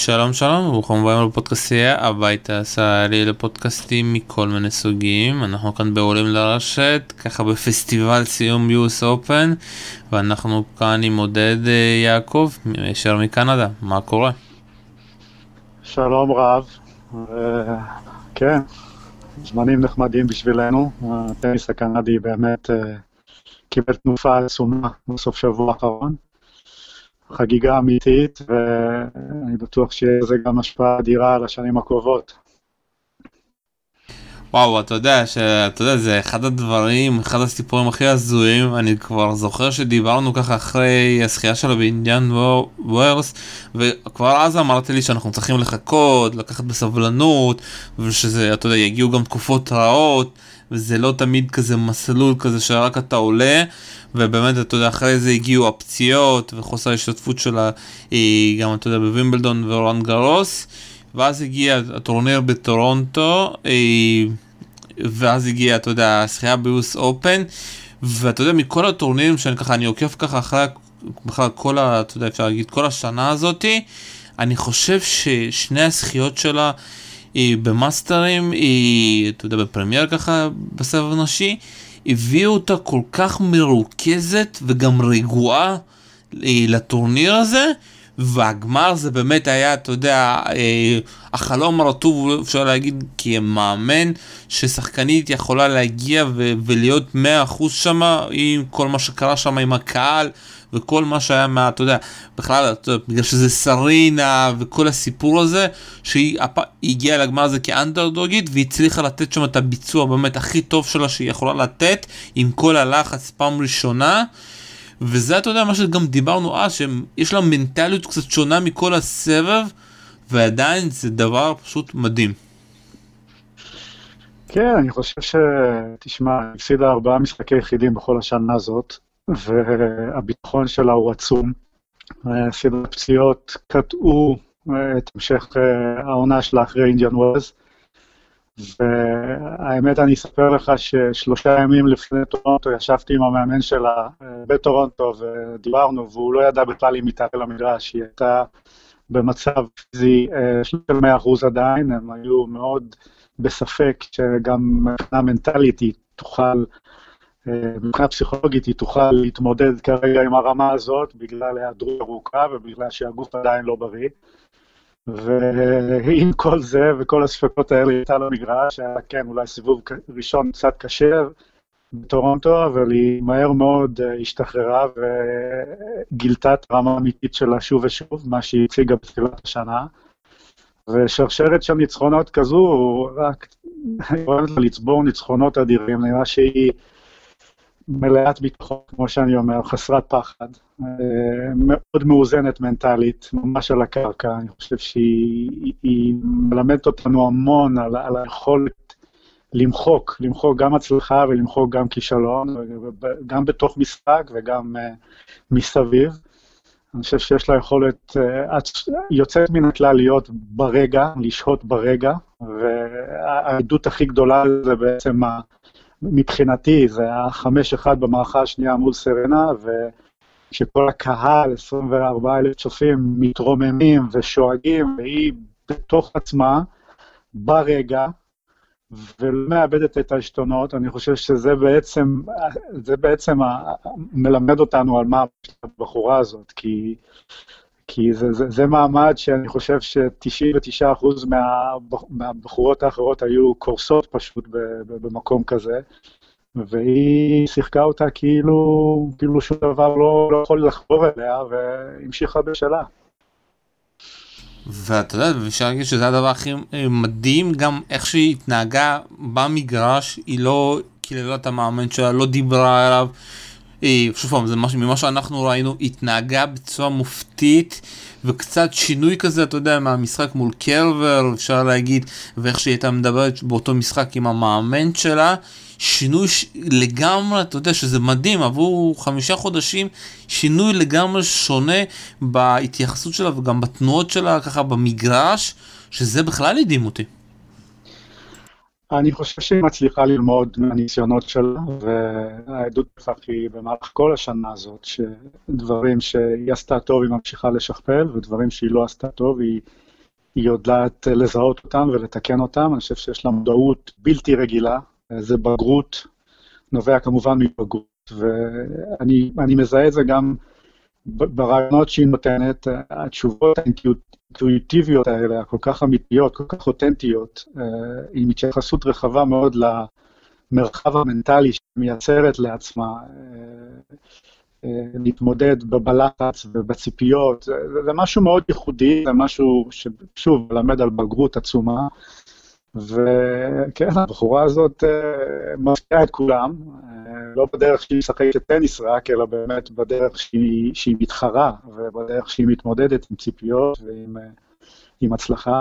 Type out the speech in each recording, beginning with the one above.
שלום שלום, ברוכים הבאים לפודקאסטייה, הבית הישראלי לפודקאסטים מכל מיני סוגים. אנחנו כאן בעולים לרשת, ככה בפסטיבל סיום US Open, ואנחנו כאן עם עודד יעקב, ישר מקנדה. מה קורה? שלום רב, כן, זמנים נחמדים בשבילנו. הטניס הקנדי באמת קיבל תנופה עצומה בסוף שבוע האחרון. חגיגה אמיתית, ואני בטוח שזה גם השפעה אדירה על השנים הקרובות. וואו, אתה יודע, זה אחד הדברים, אחד הסיפורים הכי הזויים. אני כבר זוכר שדיברנו ככה אחרי הזכייה שלו באינדיאן ווילס, וכבר אז אמרתי לי שאנחנו צריכים לחכות, לקחת בסבלנות, ושזה, אתה יודע, יגיעו גם תקופות רעות, וזה לא תמיד כזה מסלול כזה שרק אתה עולה, ובאמת, אתה יודע, אחרי זה הגיעו הפציעות וחוסר ההשתתפות שלה, גם, אתה יודע, בווימבלדון ורולאן גארוס, ואז הגיע הטורניר בטורונטו, ואז הגיע, אתה יודע, הזכייה ב-US Open, ואתה יודע, מכל הטורנירים אני עוקב ככה אחרי, בכלל כל, אתה יודע, אפשר להגיד, כל השנה הזאת, אני חושב ששני הזכיות שלה במאסטרים, אתה יודע, בפרמייר ככה, בסבב נשי, הביאו אותה כל כך מרוכזת וגם רגועה לטורניר הזה, והגמר זה באמת היה, אתה יודע, החלום הרטוב, אפשר להגיד, כי מאמן ששחקנית יכולה להגיע ולהיות 100% שמה, עם כל מה שקרה שמה עם הקהל, וכל מה שהיה מה, אתה יודע, בכלל, בגלל שזה סרינה, וכל הסיפור הזה, שהיא הגיעה לגמר הזה כאנדרדוגית, והיא הצליחה לתת שם את הביצוע באמת הכי טוב שלה שהיא יכולה לתת, עם כל הלחץ פעם ראשונה, וזה, אתה יודע, מה שגם דיברנו שיש לה מנטליות קצת שונה מכל הסבב, ועדיין זה דבר פשוט מדהים. כן, אני חושב תשמע, הפסידה 4 משחקי יחידים בכל השנה הזאת, והביטחון שלה הוא עצום. סדרת פציעות קטעו את המשך העונה שלה אחרי אינדיאן ווילס, והאמת אני אספר לך ש3 ימים לפני טורונטו ישבתי עם המאמן שלה בטורונטו ודיברנו, והוא לא ידע בכלל אם מתאר למגרש. היא הייתה במצב פיזי של 100% עדיין, הם היו מאוד בספק שגם מבחינה מנטלית היא תוכל, מבחינה פסיכולוגית היא תוכל להתמודד כרגע עם הרמה הזאת, בגלל היעדרות ארוכה ובגלל שהגוף עדיין לא בריא. ועם כל זה וכל הספקות האלה הייתה למגרש, היה כן אולי סיבוב ראשון קצת קשה בטורונטו, אבל היא מהר מאוד השתחררה וגילתה את הרמה האמיתית שלה שוב ושוב, מה שהיא הציגה בתחילת השנה. ושרשרת של ניצחונות כזו, רק יכולת לצבור ניצחונות אדירים, נראה שהיא מלאת ביטחון, כמו שאני אומר, חסרת פחד, מאוד מאוזנת מנטלית, ממש על הקרקע. אני חושב שהיא מלמדת אותנו המון על היכולת למחוק גם הצלחה ולמחוק גם כישלון, גם בתוך משחק וגם מסביב. אני חושב שיש לה יכולת יוצאת מן הכלל להיות ברגע, לשהות ברגע, והעדות הכי גדולה זה בעצם מבחינתי, זה ה5-1 במערכה השנייה מול סרנה, וכשכל הקהל, 24,000 צופים, מתרוממים ושואגים, והיא בתוך עצמה, ברגע, ולא מאבדת את העשתונות. אני חושב שזה בעצם מלמד אותנו על מה הבחורה הזאת, כי זה מעמד שאני חושב ש99% מהבחורות האחרות היו קורסות פשוט במקום כזה, והיא שיחקה אותה כאילו שום דבר לא יכול לחבור אליה, והמשיכה בשלה. ואתה יודע, אפשר להגיד שזה הדבר הכי מדהים, גם איך שהיא התנהגה במגרש, היא לא קיללה את המאמן שלה, לא דיברה עליו, שוב פעם, זה ממה שאנחנו ראינו, התנהגה בצורה מופתית, וקצת שינוי כזה, אתה יודע, מהמשחק מול קרבר, אפשר להגיד, ואיך שהיא הייתה מדברת באותו משחק עם המאמן שלה, שינוי לגמרי, אתה יודע שזה מדהים, עבור 5 חודשים, שינוי לגמרי שונה בהתייחסות שלה וגם בתנועות שלה ככה במגרש, שזה בכלל הדהים אותי. אני חושב שהיא מצליחה ללמוד מהניסיונות שלה, והעדות בכך היא במהלך כל השנה הזאת, שדברים שהיא עשתה טוב היא ממשיכה לשכפל, ודברים שהיא לא עשתה טוב היא היא יודעת לזהות אותם ולתקן אותם, אני חושב שיש לה מודעות בלתי רגילה, זה בגרות, נובע כמובן מבגרות, ואני מזהה את זה גם ברעיונות שהיא נותנת, התשובות האינטואיטיביות האלה, כל כך אמיתיות, כל כך אותנטיות, עם התייחסות רחבה מאוד למרחב המנטלי שמייצרת לעצמה, להתמודד בלחץ ובציפיות, זה משהו מאוד ייחודי, זה משהו ששוב מלמד על בגרות עצומה, וכן, הבחורה הזאת מפתיעה את כולם, לא בדרך שהיא משחקת טניס רק, אלא באמת בדרך שהיא מתחרה, ובדרך שהיא מתמודדת עם ציפיות ועם הצלחה.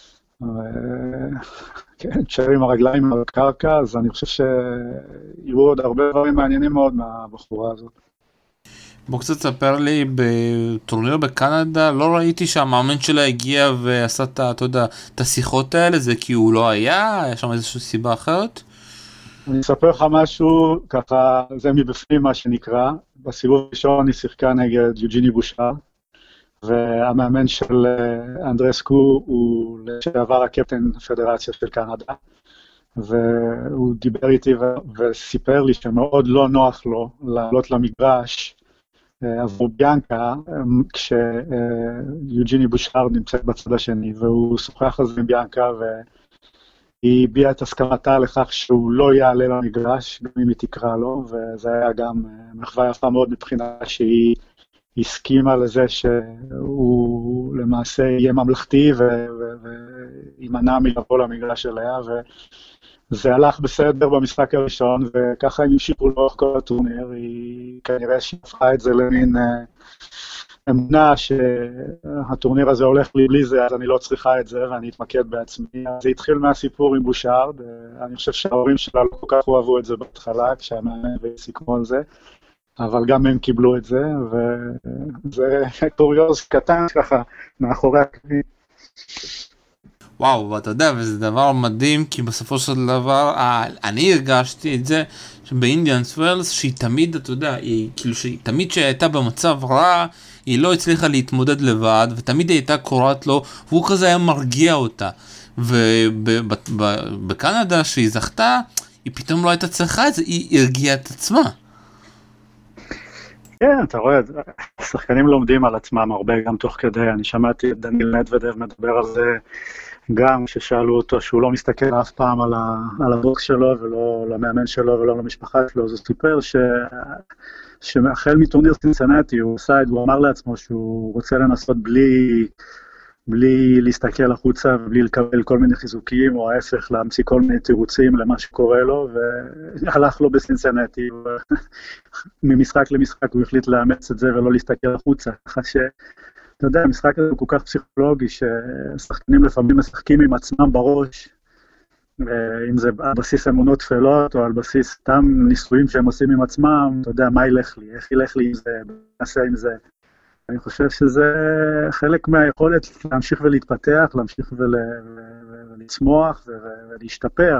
כן, תשאר עם הרגליים על הקרקע, אז אני חושב שיהיו עוד הרבה דברים מעניינים מאוד מהבחורה הזאת. בוא קצת ספר לי, בטורניר בקנדה לא ראיתי שהמאמן שלה הגיע ועשה את השיחות האלה, זה כי הוא לא היה שם איזושהי סיבה אחרת? אני אספר לך משהו, ככה, זה מבפנים מה שנקרא, בסיבוב הראשון היא שיחקה נגד יוג'יני בושאר, והמאמן של אנדרסקו הוא לשעבר הקפטן פדרציה של קנדה, והוא דיבר איתי וסיפר לי שמאוד לא נוח לו לעלות למגרש, עבור ביאנקה, כשיוג'יני בושאר נמצאת בצד השני, והוא שוחח על זה עם ביאנקה, והיא הביעה את הסכמתה לכך שהוא לא יעלה למגרש, גם אם היא תקרא לו, וזה היה גם מחווה יפה מאוד מבחינה שהיא הסכימה לזה שהוא למעשה יהיה ממלכתי, וימנע מלבוא למגרש אליה, זה הלך בסדר במשחק הראשון, וככה הם המשיכו לאורך כל הטורניר, היא כנראה שהפכה את זה למין אמונה שהטורניר הזה הולך לי בלי זה, אז אני לא צריכה את זה, ואני אתמקד בעצמי. זה התחיל מהסיפור עם בושארד, אני חושב שההורים שלה לא כל כך אוהבו את זה בהתחלה, כשהמאמן וסיכמו על זה, אבל גם הם קיבלו את זה, וזה קוריוז קטן ככה, מאחורי הקווים. וואו, ואתה יודע, וזה דבר מדהים, כי בסופו של דבר, אני הרגשתי את זה, שבאינדיאנס ווילס, שהיא תמיד, אתה יודע, כאילו שתמיד שהייתה במצב רע, היא לא הצליחה להתמודד לבד, ותמיד הייתה קוראת לו, והוא כזה היה מרגיע אותה. ובקנדה, שהיא זכתה, היא פתאום לא הייתה צריכה את זה, היא הרגיעה את עצמה. כן, אתה רואה, השחקנים לומדים על עצמם הרבה גם תוך כדי, אני שמעתי את דניאל מדוודב מדבר על זה, גם כששאלו אותו שהוא לא מסתכל אף פעם על הבוקס שלו, ולא למאמן שלו ולא למשפחה שלו, זה סיפר שהחל מטורניר סינסינטי, הוא אמר לעצמו שהוא רוצה לנסות בלי להסתכל החוצה ובלי לקבל כל מיני חיזוקים, או ההפך להמציא כל מיני תירוצים למה שקורה לו, והלך לו בסינסינטי, ממשחק למשחק הוא החליט לאמץ את זה ולא להסתכל החוצה, ככה אתה יודע, המשחק הזה הוא כל כך פסיכולוגי, ששחקנים לפעמים משחקים עם עצמם בראש, אם זה על בסיס אמונות תפלות, או על בסיס סתם ניסויים שהם עושים עם עצמם, אתה יודע, מה ילך לי, איך ילך לי עם זה, מה נעשה עם זה. אני חושב שזה חלק מהיכולת להמשיך ולהתפתח, להמשיך ולצמוח ולהשתפר.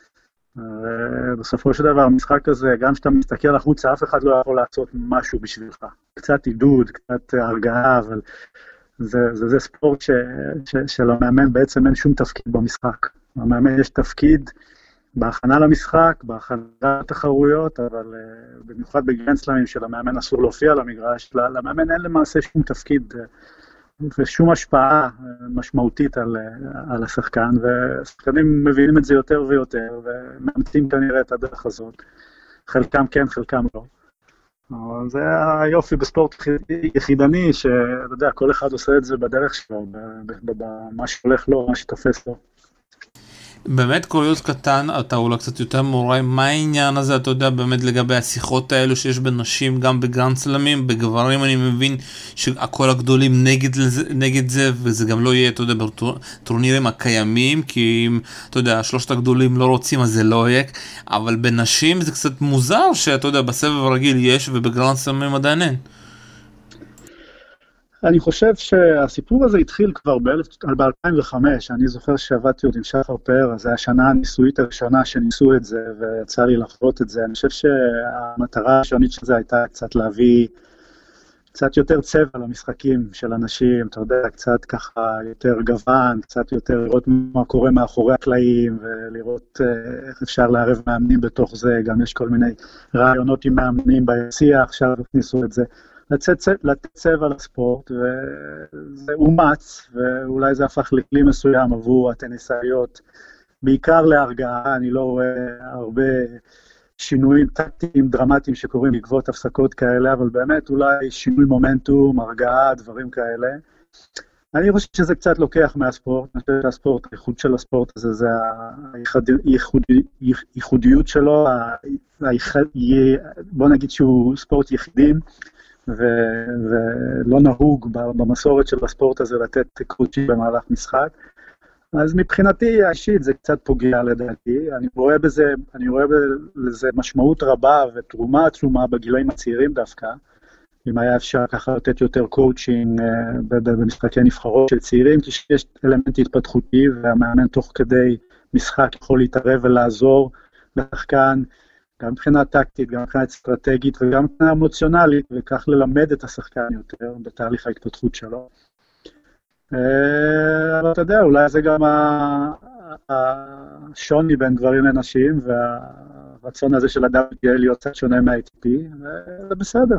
בסופו של דבר, המשחק הזה, גם שאתה מסתכל החוצה, אף אחד לא יכול לעשות משהו בשבילך. קצת עידוד, קצת הרגעה, אבל זה ספורט שלמאמן בעצם אין שום תפקיד במשחק. למאמן יש תפקיד בהכנה למשחק, בהכנה לתחרויות, אבל במיוחד בגרנדסלמים של המאמן אסור להופיע למגרש, למאמן אין למעשה שום תפקיד ושום השפעה משמעותית על השחקן, והשחקנים מבינים את זה יותר ויותר, ומאמצים כנראה את הדרך הזאת. חלקם כן, חלקם לא. אבל זה היופי בספורט יחידני, שאתה יודע, כל אחד עושה את זה בדרך שלו, במה שהולך לו, מה שתופס לו. באמת קוריוז קטן, אתה אולי קצת יותר מעורב, מה העניין הזה, אתה יודע, באמת לגבי השיחות האלו שיש בנשים, גם בגרנדסלמים, בגברים אני מבין שהכל הגדולים נגד זה, וזה גם לא יהיה, אתה יודע, בטורנירים הקיימים, כי אם, אתה יודע, שלושת הגדולים לא רוצים, אז זה לא יהיה, אבל בנשים זה קצת מוזר, שאתה יודע, בסבב הרגיל יש, ובגרנדסלמים עדיין אין. אני חושב שהסיפור הזה התחיל כבר ב-2005, אני זוכר שעבדתי עוד עם שחר פאר, אז זה השנה הניסויית הראשונה שניסו את זה, ויצא לי לחוות את זה. אני חושב שהמטרה הראשונית של זה הייתה קצת קצת יותר צבע למשחקים של אנשים, אתה יודע, קצת ככה יותר גוון, קצת יותר לראות מה קורה מאחורי הקלעים, ולראות איך אפשר לערב מאמנים בתוך זה, גם יש כל מיני רעיונות עם מאמנים ביציע, עכשיו הכניסו את זה. לתת צבע לספורט, וזה אומץ, ואולי זה הפך לכלי מסוים עבור הטניסאיות, בעיקר להרגעה, אני לא רואה הרבה שינויים טקטיים דרמטיים שקורים בעקבות הפסקות כאלה, אבל באמת אולי שינוי מומנטום, הרגעה, דברים כאלה. אני חושב שזה קצת לוקח מהספורט, אני חושב שהספורט, הייחוד של הספורט הזה, זה הייחודיות שלו, בוא נגיד שהוא ספורט יחידים, ולא נהוג במסורת של הספורט הזה לתת קוצ'ים במהלך משחק. אז מבחינתי האישית זה קצת פוגע לדעתי, אני רואה בזה משמעות רבה ותרומה עצומה בגילאים הצעירים דווקא, אם היה אפשר ככה לתת יותר קואוצ'ינג במשחקי נבחרות של צעירים, כי יש אלמנט התפתחותי והמאמן תוך כדי משחק יכול להתערב ולעזור לשחקן, גם מבחינה טקטית, גם מבחינה אסטרטגית וגם מבחינה אמוציונלית, וכך ללמד את השחקן יותר בתהליך ההתפתחות שלו. אבל אתה יודע, אולי זה גם השוני בין גברים לנשים, והרצון הזה של אדם תהיה להיות קצת שונה מה-ATP, וזה בסדר.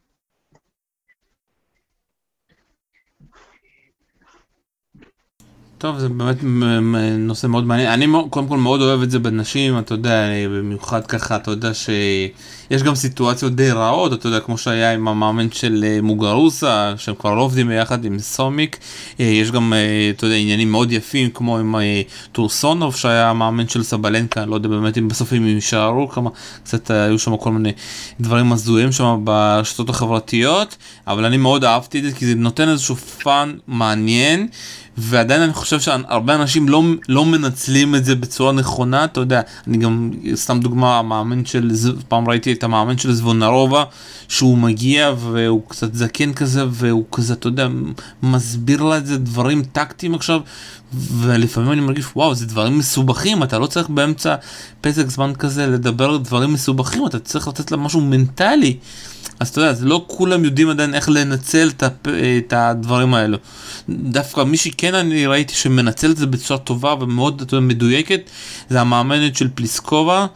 טוב, זה באמת נושא מאוד מעניין. אני קודם כל מאוד אוהב את זה בנשים, אתה יודע, במיוחד ככה, אתה יודע שיש גם סיטואציות די רעות, אתה יודע, כמו שהיה עם המאמן של מוגרוסה, שהם כבר לא עובדים ביחד עם סומיק, יש גם, אתה יודע, עניינים מאוד יפים, כמו עם טורסונוב, שהיה המאמן של סבלנקה, לא יודע באמת אם בסוף הם יישארו, כמה, קצת היו שם כל מיני דברים מזוהים שם ברשתות החברתיות, אבל אני מאוד אהבתי את זה, כי זה נותן איזשהו פאן מעניין, ועדיין אני חושב שהרבה אנשים לא מנצלים את זה בצורה נכונה, אתה יודע, אני גם, סתם דוגמה, פעם ראיתי את המאמן של זבונרובה, שהוא מגיע והוא קצת זקן כזה, והוא כזה, אתה יודע, מסביר לה את זה דברים טקטיים עכשיו, ולפעמים אני מרגיש, וואו, זה דברים מסובכים, אתה לא צריך באמצע פסק זמן כזה לדבר דברים מסובכים, אתה צריך לתת לה משהו מנטלי. אז אתה יודע, לא כולם יודעים עדיין איך לנצל את הדברים האלו. דווקא מי שכן אני ראיתי שמנצל את זה בצורה טובה ומאוד מדויקת, זה המאמנת של פליסקובה,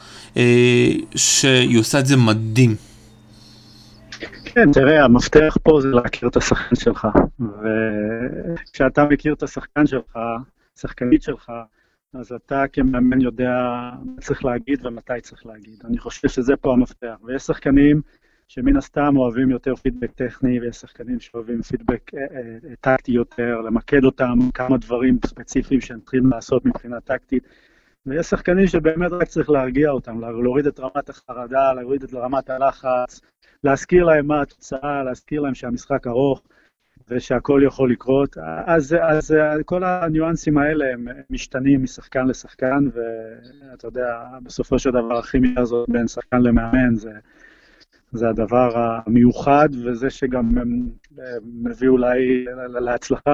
שהיא עושה את זה מדהים. כן, תראה, המפתח פה זה להכיר את השחקן שלך, וכשאתה מכיר את השחקן שלך, שחקנית שלך, אז אתה כמאמן יודע מה צריך להגיד ומתי צריך להגיד. אני חושב שזה פה המפתח, ויש שחקנים שמן הסתם אוהבים יותר פידבק טכני, ויש שחקנים שאוהבים פידבק טקטי יותר, למקד אותם כמה דברים ספציפיים שהם צריכים לעשות מבחינה טקטית, ויש שחקנים שבאמת רק צריך להרגיע אותם, להוריד את רמת החרדה, להוריד את רמת הלחץ, להזכיר להם מה התוצאה, להזכיר להם שהמשחק ארוך, ושהכל יכול לקרות. אז כל הניואנסים האלה הם משתנים משחקן לשחקן, ואתה יודע, בסופו של דבר הכימיה הזאת בין שחקן למאמן, זה הדבר המיוחד, וזה שגם מביא אולי להצלחה.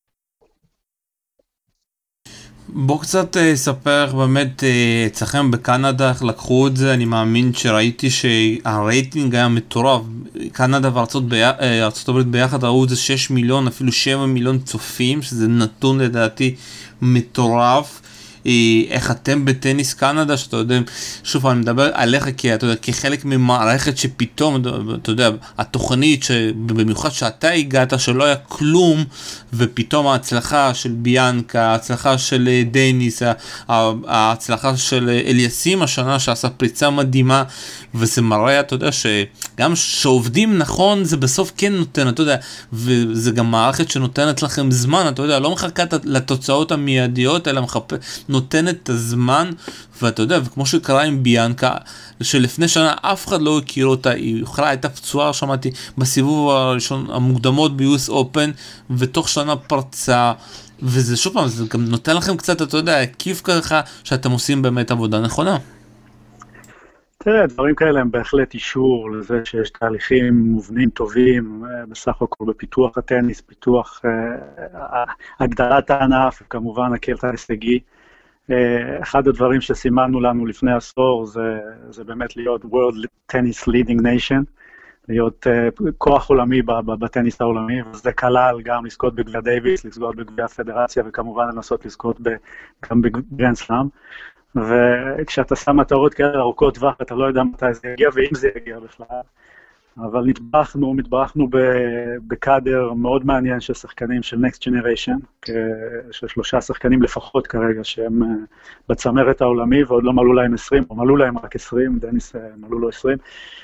בוא קצת ספר באמת אצלכם בקנדה איך לקחו את זה. אני מאמין שראיתי שהרייטינג היה מטורף. קנדה וארצות הברית ביחד ראו את זה 6 מיליון, אפילו 7 מיליון צופים, שזה נתון לדעתי מטורף. איך אתם בטניס קנדה, שאתה יודע, שוב אני מדבר עליך אתה יודע, כחלק ממערכת שפתאום, אתה יודע, התוכנית שבמיוחד שאתה הגעת שלא היה כלום, ופתאום ההצלחה של ביאנקה, ההצלחה של דניס, ההצלחה של אליסים השנה שעשה פריצה מדהימה, וזה מראה, אתה יודע, שגם שעובדים נכון זה בסוף כן נותן, אתה יודע, וזה גם מערכת שנותנת לכם זמן, אתה יודע, לא מחכה לתוצאות המיידיות, אלא נותנת את הזמן, ואתה יודע, וכמו שקרה עם ביאנקה, שלפני שנה אף אחד לא הכיר אותה, היא הייתה פצועה, שמעתי, בסיבוב הראשון, המוקדמות ב-US Open, ותוך שנה פרצה, וזה שוב פעם, זה גם נותן לכם קצת, אתה יודע, כיף ככה, שאתם עושים באמת עבודה נכונה. תראה, דברים כאלה הם בהחלט אישור לזה שיש תהליכים מובנים טובים, בסך הכל בפיתוח הטניס, פיתוח הגדלת הענף, וכמובן הקטע ההישגי. אחד הדברים שסימנו לנו לפני עשור זה באמת להיות World Tennis Leading Nation, להיות כוח עולמי בטניס העולמי, וזה כלל גם לזכות בגביע דייוויס, לזכות בגביע הפדרציה, וכמובן לנסות לזכות גם בגרנד סלאם. וכשאתה שם מטרות כאלה ארוכות טווח, אתה לא יודע מתי זה יגיע, ואם זה יגיע בכלל. אבל נתברכנו בקאדר מאוד מעניין של שחקנים של Next Generation, של 3 שחקנים לפחות כרגע, שהם בצמרת העולמי, ועוד לא מלאו להם 20, או מלאו להם רק 20, דניס מלאו לו 20,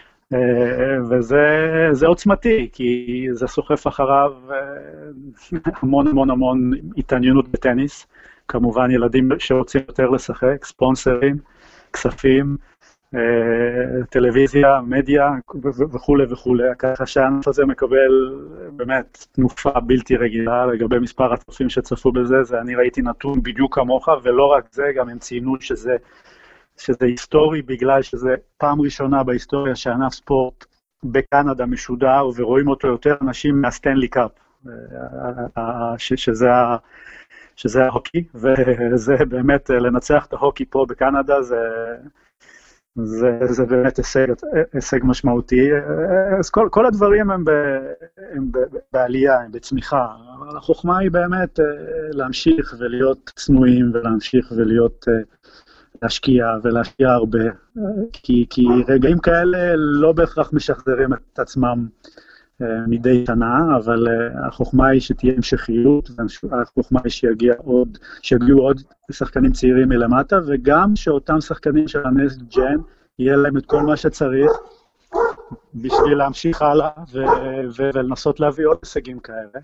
וזה עוצמתי, כי זה סוחף אחריו המון המון המון התעניינות בטניס, כמובן ילדים שרוצים יותר לשחק, ספונסרים, כספים, טלוויזיה, מדיה וכו' וכו', ככה שהענף הזה מקבל באמת תנופה בלתי רגילה לגבי מספר הצופים שצפו בזה, זה אני ראיתי נתון בדיוק כמוך, ולא רק זה, גם הם ציינו שזה היסטורי, בגלל שזה פעם ראשונה בהיסטוריה שענף ספורט בקנדה משודר, ורואים אותו יותר אנשים מהסטנלי קאפ, שזה ההוקי, וזה באמת לנצח את ההוקי פה בקנדה, זה באמת הישג משמעותי. אז כל הדברים הם בעלייה, הם בצמיחה. אבל החוכמה היא באמת להמשיך ולהיות צנועים, ולהמשיך ולהיות להשקיע הרבה, כי רגעים כאלה לא בהכרח משחזרים את עצמם מדי שנה, אבל החוכמה היא שתהיה המשכיות, והחוכמה היא שיגיעו עוד שחקנים צעירים מלמטה, וגם שאותם שחקנים של הנקסט ג'ן, יהיה להם את כל מה שצריך, בשביל להמשיך הלאה, ולנסות להביא עוד הישגים כאלה.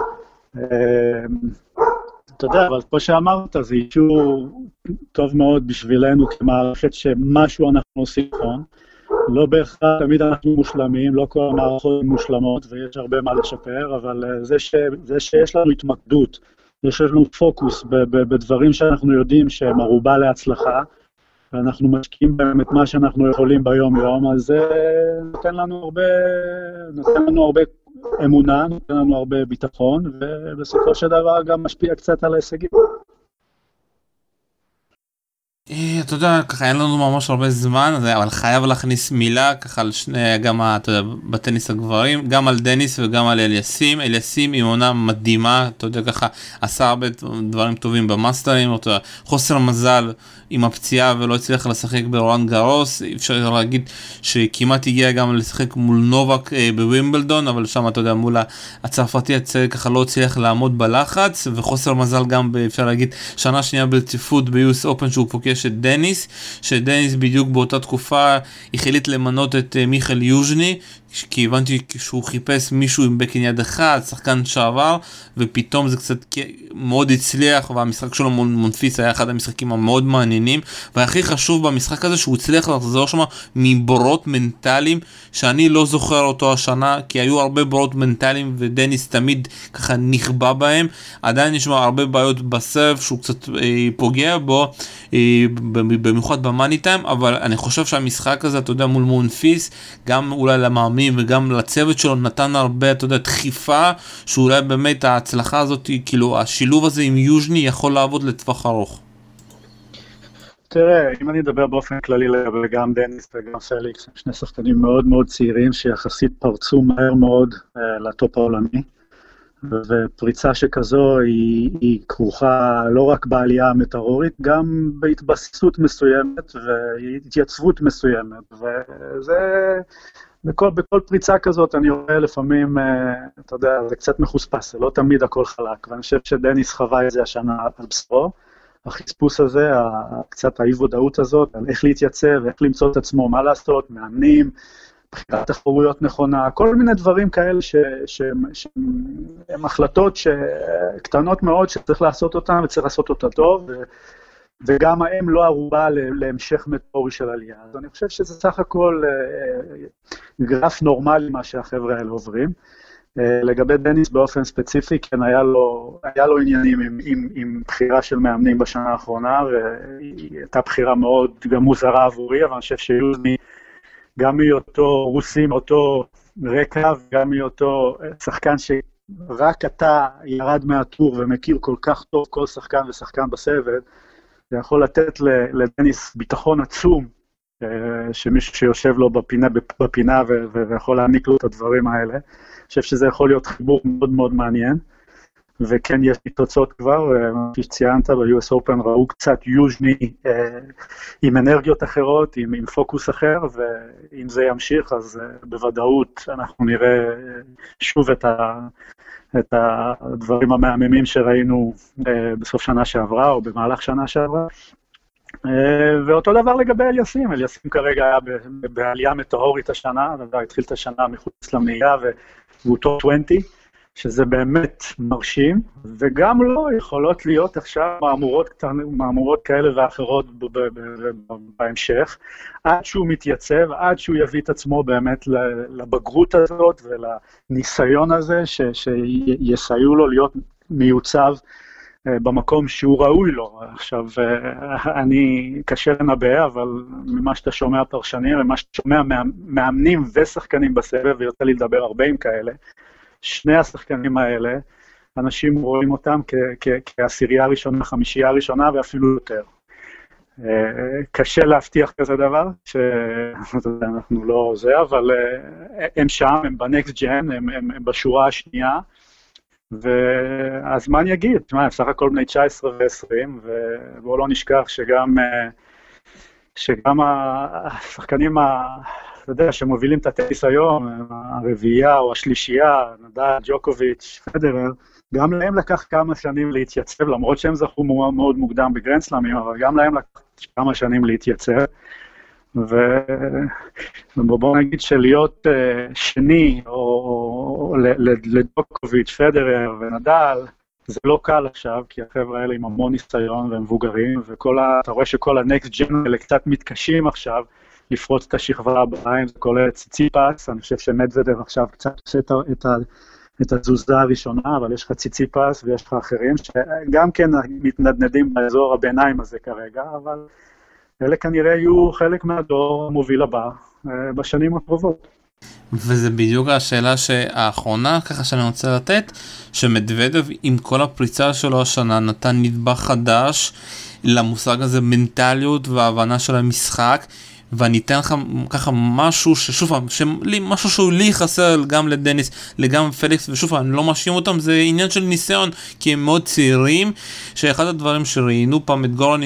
אתה יודע, אבל כמו שאמרת, זה אישור טוב מאוד בשבילנו, כמערכת שמשהו אנחנו עושים נכון, לא בהכרח תמיד אנחנו מושלמים, לא כל המערכות מושלמות, ויש הרבה מה לשפר, אבל זה שיש לנו התמקדות, יש לנו פוקוס בדברים שאנחנו יודעים שהם ערובה להצלחה, ואנחנו משקיעים בהם את מה שאנחנו יכולים ביום-יום, אז זה נותן לנו הרבה אמונה, נותן לנו הרבה ביטחון, ובסופו של דבר גם משפיע קצת על ההישגים. אתה יודע, ככה אין לנו ממש הרבה זמן, אבל חייב להכניס מילה ככה על שני, גם אתה יודע, בטניס הגברים, גם על דניס וגם על אליסים. אליסים היא עונה מדהימה, אתה יודע, ככה עשה הרבה דברים טובים במאסטרים, אתה יודע, חוסר מזל עם הפציעה ולא הצליח לשחק ברולאן גארוס, אפשר להגיד שכמעט הגיע גם לשחק מול נובק בווימבלדון, אבל שם אתה יודע, מול הצרפתי הצעיר ככה לא הצליח לעמוד בלחץ, וחוסר מזל גם, אפשר להגיד, שנה שנייה ברציפות ביוס אופן שהוא פוגש את דניס, שדניס בדיוק באותה תקופה החליט למנות את מיכאל יוז'ני, כי הבנתי שהוא חיפש מישהו עם בקן יד אחד, שחקן שעבר, ופתאום זה קצת מאוד הצליח, והמשחק שלו מול מונפיס היה אחד המשחקים המאוד מעניינים, והכי חשוב במשחק הזה שהוא הצליח לחזור שם מבורות מנטליים, שאני לא זוכר אותו השנה, כי היו הרבה בורות מנטליים, ודניס תמיד ככה נכבה בהם, עדיין יש הרבה בעיות בסרב, שהוא קצת פוגע בו, במיוחד במאני טיים, אבל אני חושב שהמשחק הזה, אתה יודע, מול מונפיס, גם אולי למאמין, וגם לצוות שלו נתן הרבה, אתה יודע, דחיפה, שאולי באמת ההצלחה הזאת, כאילו השילוב הזה עם יוז'ני יכול לעבוד לטווח ארוך. תראה, אם אני אדבר באופן כללי לגבי גם דניס וגם פליקס, הם שני שחקנים מאוד מאוד צעירים, שיחסית פרצו מהר מאוד לטופ העולמי, ופריצה שכזו היא כרוכה לא רק בעלייה המטאורית, גם בהתבססות מסוימת והתייצבות מסוימת, וזה בכל פריצה כזאת אני רואה לפעמים, אתה יודע, זה קצת מחוספס, זה לא תמיד הכל חלק, ואני חושב שדניס חווה את זה השנה על בשרו, החספוס הזה, קצת האי-ודאות הזאת, על איך להתייצב, איך למצוא את עצמו, מה לעשות, מאמנים, בחירת תחרויות נכונה, כל מיני דברים כאלה שהן החלטות קטנות מאוד שצריך לעשות אותן וצריך לעשות אותה טוב, וגם הם לא ערובה להמשך מטאורי של עלייה. אז אני חושב שזה סך הכל גרף נורמלי מה שהחבר'ה האלה עוברים. לגבי דניס באופן ספציפי, כן, היה לו עניינים עם בחירה של מאמנים בשנה האחרונה, והייתה בחירה מאוד גם מוזרה עבורי, אבל אני חושב שיוז'ני, גם מאותו רוסי, מאותו רקע, וגם מאותו שחקן שרק אתה ירד מהטור ומכיר כל כך טוב כל שחקן ושחקן בסבב, זה יכול לתת לדניס ביטחון עצום שמישהו שיושב לו בפינה ויכול להעניק לו את הדברים האלה. אני חושב שזה יכול להיות חיבור מאוד מאוד מעניין, וכן יש לי תוצאות כבר, כפי שציינת ב-US Open ראו קצת יוז'ני עם אנרגיות אחרות, עם פוקוס אחר, ואם זה ימשיך אז בוודאות אנחנו נראה שוב את הדברים המהממים שראינו בסוף שנה שעברה או במהלך שנה שעברה. ואותו דבר לגבי אליסים, אליסים כרגע היה בעלייה מטאורית השנה, התחיל את השנה מחוץ למניעה והוא טופ 20, שזה באמת מרשים, וגם לא יכולות להיות עכשיו מהמורות כאלה ואחרות בהמשך, עד שהוא מתייצב, עד שהוא יביא את עצמו באמת לבגרות הזאת ולניסיון הזה, שיסייעו לו להיות מיוצב במקום שהוא ראוי לו. עכשיו, אני קשה לנבא, אבל ממה שאתה שומע פרשנים, ממה שאתה שומע מאמנים ושחקנים בסבב, ויוצא לי לדבר הרבה עם כאלה, שני השחקנים האלה, אנשים רואים אותם כעשירייה הראשונה, חמישייה הראשונה ואפילו יותר. קשה להבטיח כזה דבר, שאנחנו לא זה, אבל הם שם, הם בנקסט ג'ן, הם בשורה השנייה, והזמן יגיד, תשמע, בסך הכל בני 19 ו-20, ובואו לא נשכח שגם השחקנים, אתה יודע, שמובילים את הטניס היום, הרביעייה או השלישייה, נדל, ג'וקוביץ', פדרר, גם להם לקח כמה שנים להתייצב, למרות שהם זכו מאוד מוקדם בגרנדסלאמים, אבל גם להם לקח כמה שנים להתייצב, ובואו נגיד שלהיות שני, או לג'וקוביץ', פדרר ונדל, זה לא קל עכשיו, כי החבר'ה האלה עם המון ניסיון והם מבוגרים, אתה רואה שכל הנקסט ג'ן האלה קצת מתקשים עכשיו, לפרוץ את השכבה הבאה, אם זה כולל ציציפס, אני חושב שמדוודב עכשיו קצת עושה את התזוזה הראשונה, אבל יש לך ציציפס ויש לך אחרים, שגם כן מתנדנדים באזור הביניים הזה כרגע, אבל אלה כנראה יהיו חלק מהדור המוביל הבא בשנים הקרובות. וזה בדיוק השאלה האחרונה ככה שאני רוצה לתת, שמדוודב עם כל הפריצה שלו השנה נתן נדבך חדש למושג הזה מנטליות והבנה של המשחק, ואני אתן לך ככה משהו ששוב משהו שהוא לי חסר גם לדניס, גם פליקס, ושוב אני לא מאשים אותם, זה עניין של ניסיון, כי הם מאוד צעירים, שאחד הדברים שראינו פעם את גורן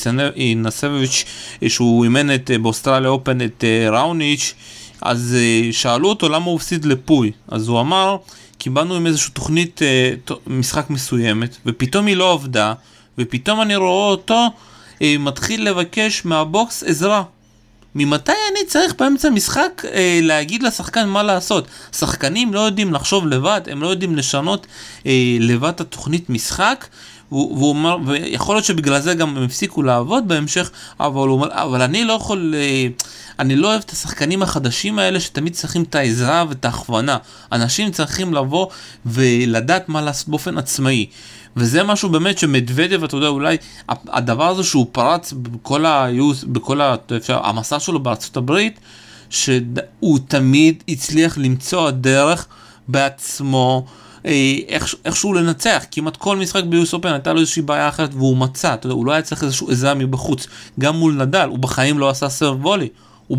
נסביץ' שהוא אימן באוסטרליה אופן את ראוניץ', אז שאלו אותו למה הוא הפסיד לפוי, אז הוא אמר, קיבלנו עם איזושהי תוכנית משחק מסוימת, ופתאום היא לא עבדה, ופתאום אני רואה אותו מתחיל לבקש מהבוקס עזרה. ממתי אני צריך באמצע משחק להגיד לשחקן מה לעשות? שחקנים לא יודעים לחשוב לבד, הם לא יודעים לשנות לבד את התוכנית משחק, והוא אומר, ויכול להיות שבגלל זה גם הם הפסיקו לעבוד בהמשך, אבל הוא אומר, אבל אני לא יכול, אני לא אוהב את השחקנים החדשים האלה שתמיד צריכים את העזרה ואת ההכוונה. אנשים צריכים לבוא ולדעת מה לעשות באופן עצמאי. וזה משהו באמת שמדוודב, אתה יודע, אולי הדבר הזה שהוא פרץ בכל המסע שלו בארצות הברית, שהוא תמיד הצליח למצוא הדרך בעצמו, איכשהו לנצח. כמעט כל משחק ביוס אופן הייתה לו איזושהי בעיה אחרת והוא מצא, אתה יודע, הוא לא היה צריך איזשהו עזרה מבחוץ. גם מול נדל, הוא בחיים לא עשה סרב וולי,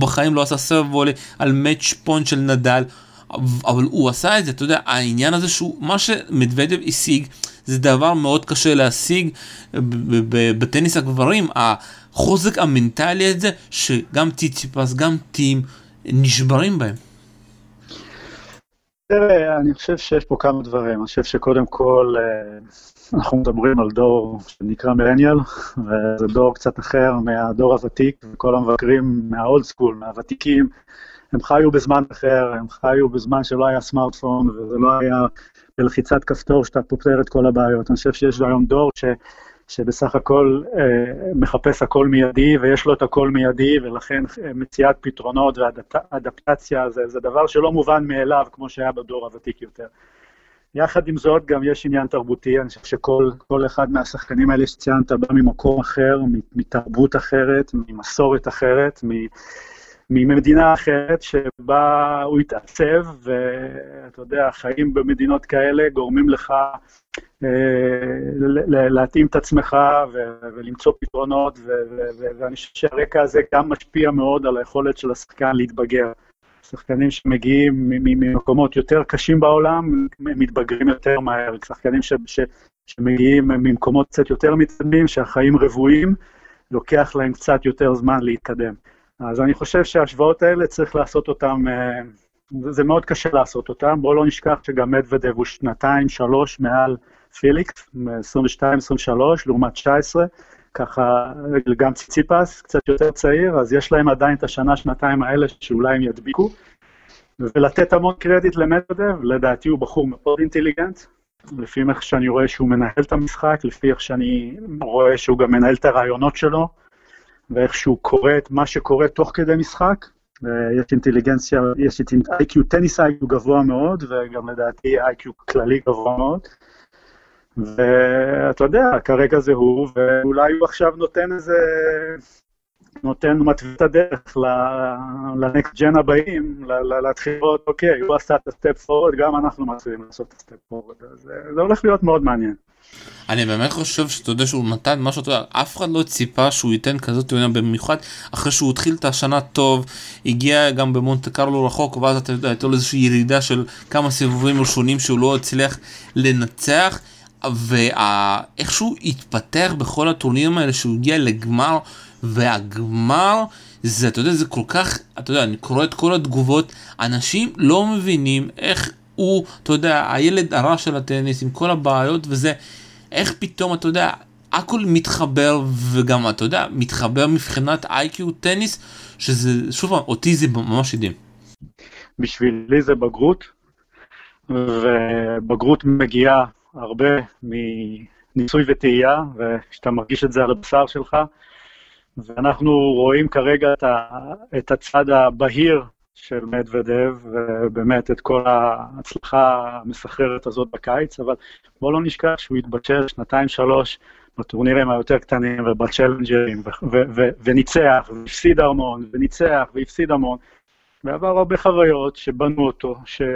על מאץ' פוינט של נדל, אבל הוא עשה את זה, אתה יודע, העניין הזה מה שמדוודב השיג, זה דבר מאוד קשה להשיג בטניס הגברים, החוזק המנטלי הזה, שגם ציציפס, גם טים, נשברים בהם. תראה, אני חושב שיש פה כמה דברים, אני חושב שקודם כל, אנחנו מדברים על דור שנקרא מילניאל, וזה דור קצת אחר מהדור הוותיק, וכל המבקרים מהאולד סקול, מהוותיקים, הם חיו בזמן אחר, הם חיו בזמן שלא היה סמארטפון, וזה לא היה בלחיצת כפתור שאתה פותר את כל הבעיות. אני חושב שיש היום דור שבסך הכל מחפש הכל מיידי, ויש לו את הכל מיידי, ולכן מציאת פתרונות ואדפטציה, זה דבר שלא מובן מאליו, כמו שהיה בדור הוותיק יותר. יחד עם זאת, גם יש עניין תרבותי, אני חושב שכל אחד מהשחקנים האלה שציינת בא ממקום אחר, מתרבות אחרת, ממסורת אחרת, ממדינה אחרת שבה הוא התעצב, ואתה יודע, חיים במדינות כאלה גורמים לך להתאים את עצמך ולמצוא פתרונות, ואני חושב שהרקע הזה גם משפיע מאוד על היכולת של השחקן להתבגר. שחקנים שמגיעים ממקומות יותר קשים בעולם, מתבגרים יותר מהר. שחקנים שמגיעים ממקומות קצת יותר מתקדמים, שהחיים רבועים, לוקח להם קצת יותר זמן להתקדם. אז אני חושב שההשוואות האלה צריך לעשות אותם, זה מאוד קשה לעשות אותם. בואו לא נשכח שגם מדוודב הוא 2-3 מעל פיליקס, 22-23 לעומת 19, ככה גם ציציפס, קצת יותר צעיר, אז יש להם עדיין את השנה-שנתיים האלה שאולי הם ידביקו, ולתת המון קרדיט למדוודב, לדעתי הוא בחור מאוד אינטליגנט, לפי איך שאני רואה שהוא מנהל את המשחק, לפי איך שאני רואה שהוא גם מנהל את הרעיונות שלו, ואיך שהוא קורא את מה שקורה תוך כדי משחק, יש אינטליגנציה, יש IQ, טניס IQ גבוה מאוד, וגם לדעתי IQ כללי גבוה מאוד, ואתה יודע, כרגע זה הוא, ואולי הוא עכשיו נותן מתווה את הדרך לנקסט ג'ן הבאים, להתחיל לראות, אוקיי, הוא עשה את הסטפ פורוד, גם אנחנו מתחילים לעשות את הסטפ פורוד, אז זה הולך להיות מאוד מעניין. אני באמת חושב שאתה יודע שהוא נתן משהו, אתה יודע, אף אחד לא ציפה שהוא ייתן כזאת תאונה, במיוחד אחרי שהוא התחיל את השנה טוב, הגיע גם במונטה קרלו רחוק, ואז אתה יודע, הייתה לו איזושהי ירידה של כמה סיבובים ראשונים שהוא לא הצליח לנצח, ואיכשהו התפתח בכל הטורנירים האלה שהוא הגיע לגמר, והגמר זה, אתה יודע, זה כל כך, אתה יודע, אני קורא את כל התגובות, אנשים לא מבינים איך הוא, אתה יודע, הילד הרע של הטניס עם כל הבעיות וזה, איך פתאום, אתה יודע, הכל מתחבר, וגם, אתה יודע, מתחבר מבחינת IQ טניס, שזה, שוב, אותי זה ממש ידעים. בשבילי זה בגרות, ובגרות מגיעה הרבה מניסוי וטעייה, ושאתה מרגיש את זה על הבשר שלך, ואנחנו רואים כרגע את הצד הבהיר של מדוודב, ובאמת את כל ההצלחה המסחררת הזאת בקיץ, אבל בואו לא נשכח שהוא התבשל 2-3 בטורנירים היותר קטנים ובצ'לנג'רים, וניצח, והפסיד המון, וניצח, והפסיד המון, ועבר הרבה חוויות שבנו אותו,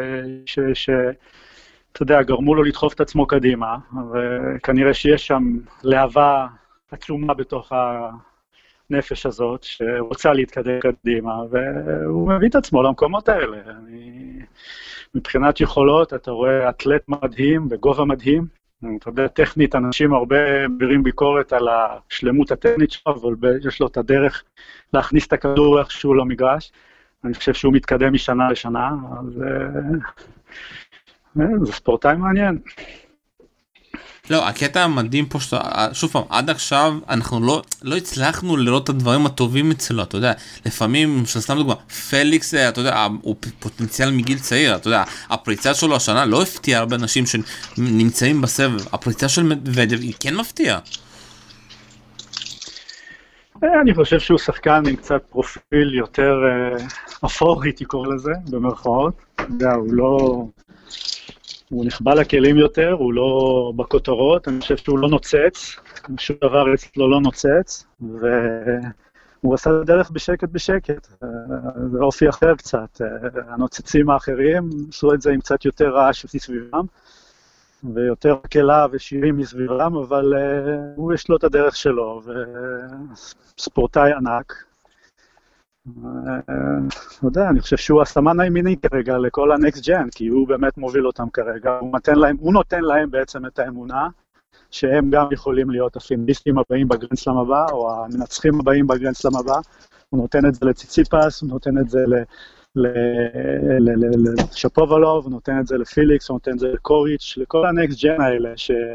אתה יודע, גרמו לו לדחוף את עצמו קדימה, וכנראה שיש שם להבה עצומה בתוך הנפש הזאת, שרוצה להתקדם קדימה, והוא מביא את עצמו למקומות האלה. מבחינת יכולות, אתה רואה אתלט מדהים וגובה מדהים, אתה יודע, טכנית, אנשים הרבה מבירים ביקורת על השלמות הטכנית שלו, אבל יש לו את הדרך להכניס את הכדור איכשהו למגרש. אני חושב שהוא מתקדם משנה לשנה, אז זה ספורטאי מעניין. לא, הקטע המדהים פה, שוב פעם, עד עכשיו אנחנו לא הצלחנו לראות את הדברים הטובים אצלו, אתה יודע, לפעמים, סתם דוגמה, פליקס, אתה יודע, הוא פוטנציאל מגיל צעיר, אתה יודע, הפריצה שלו השנה לא הפתיעה הרבה אנשים שנמצאים בסבב, הפריצה של מדוודב היא כן מפתיעה. אני חושב שהוא שחקן עם קצת פרופיל יותר אפור, הייתי קורא לזה, במרכאות, אתה יודע, הוא נכבה לכלים יותר, הוא לא בכותרות, אני חושב שהוא לא נוצץ, שום דבר אצלו לא נוצץ, והוא עשה דרך בשקט בשקט, זה אופי אחר קצת, הנוצצים האחרים עשו את זה עם קצת יותר רעש מסביבם, ויותר קלה ושירים מסביבם, אבל הוא יש לו את הדרך שלו, וספורטאי ענק, לא יודע, אני חושב שהוא הסמן הימיני כרגע לכל הנקסט ג'ן, כי הוא באמת מוביל אותם כרגע, הוא נותן להם בעצם את האמונה, שהם גם יכולים להיות הפיניסטים הבאים בגרנדסלאם הבא, או המנצחים הבאים בגרנדסלאם הבא, הוא נותן את זה לציציפס, הוא נותן את זה לשפובלוב, הוא נותן את זה לפיליקס, הוא נותן את זה לקוריץ', לכל הנקסט ג'ן האלה,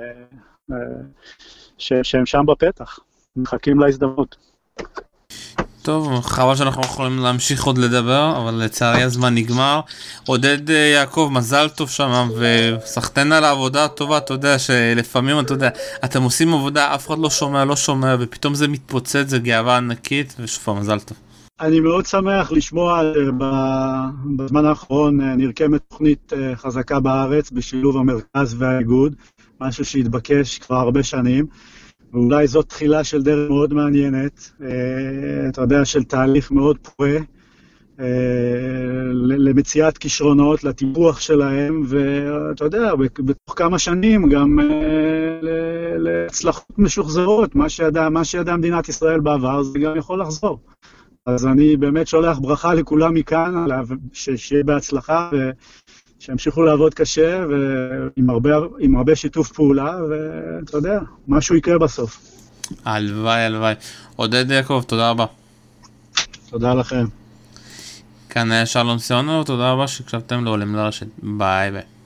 שהם שם בפתח, מחכים להזדמנות. טוב, חבל שאנחנו יכולים להמשיך עוד לדבר, אבל לצערי הזמן נגמר. עודד יעקב, מזל טוב שם, וסחטן על העבודה הטובה, אתה יודע שלפעמים, אתה יודע, אתם עושים עבודה, אף אחד לא שומע, ופתאום זה מתפוצץ, זה גאווה ענקית, ושוב, מזל טוב. אני מאוד שמח לשמוע, בזמן האחרון נרקמת תוכנית חזקה בארץ, בשילוב המרכז והאיגוד, משהו שהתבקש כבר הרבה שנים, ואולי זאת תחילה של דרך מאוד מעניינת, אתה יודע, של תהליך מאוד פורה, למציאת כישרונות, לטיפוח שלהם, ואתה יודע, בתוך כמה שנים גם להצלחות משוחזרות, מה שידעה מדינת ישראל בעבר, זה גם יכול לחזור. אז אני באמת שולח ברכה לכולם מכאן, שיהיה בהצלחה, שימשיכו לעבוד קשה, ועם הרבה שיתוף פעולה, ואתה יודע, משהו יקרה בסוף. הלוואי, הלוואי. עודד יעקב, תודה רבה. תודה לכם. כאן שלום סיונו, תודה רבה שהקשבתם לעולים לרשת. ביי ביי.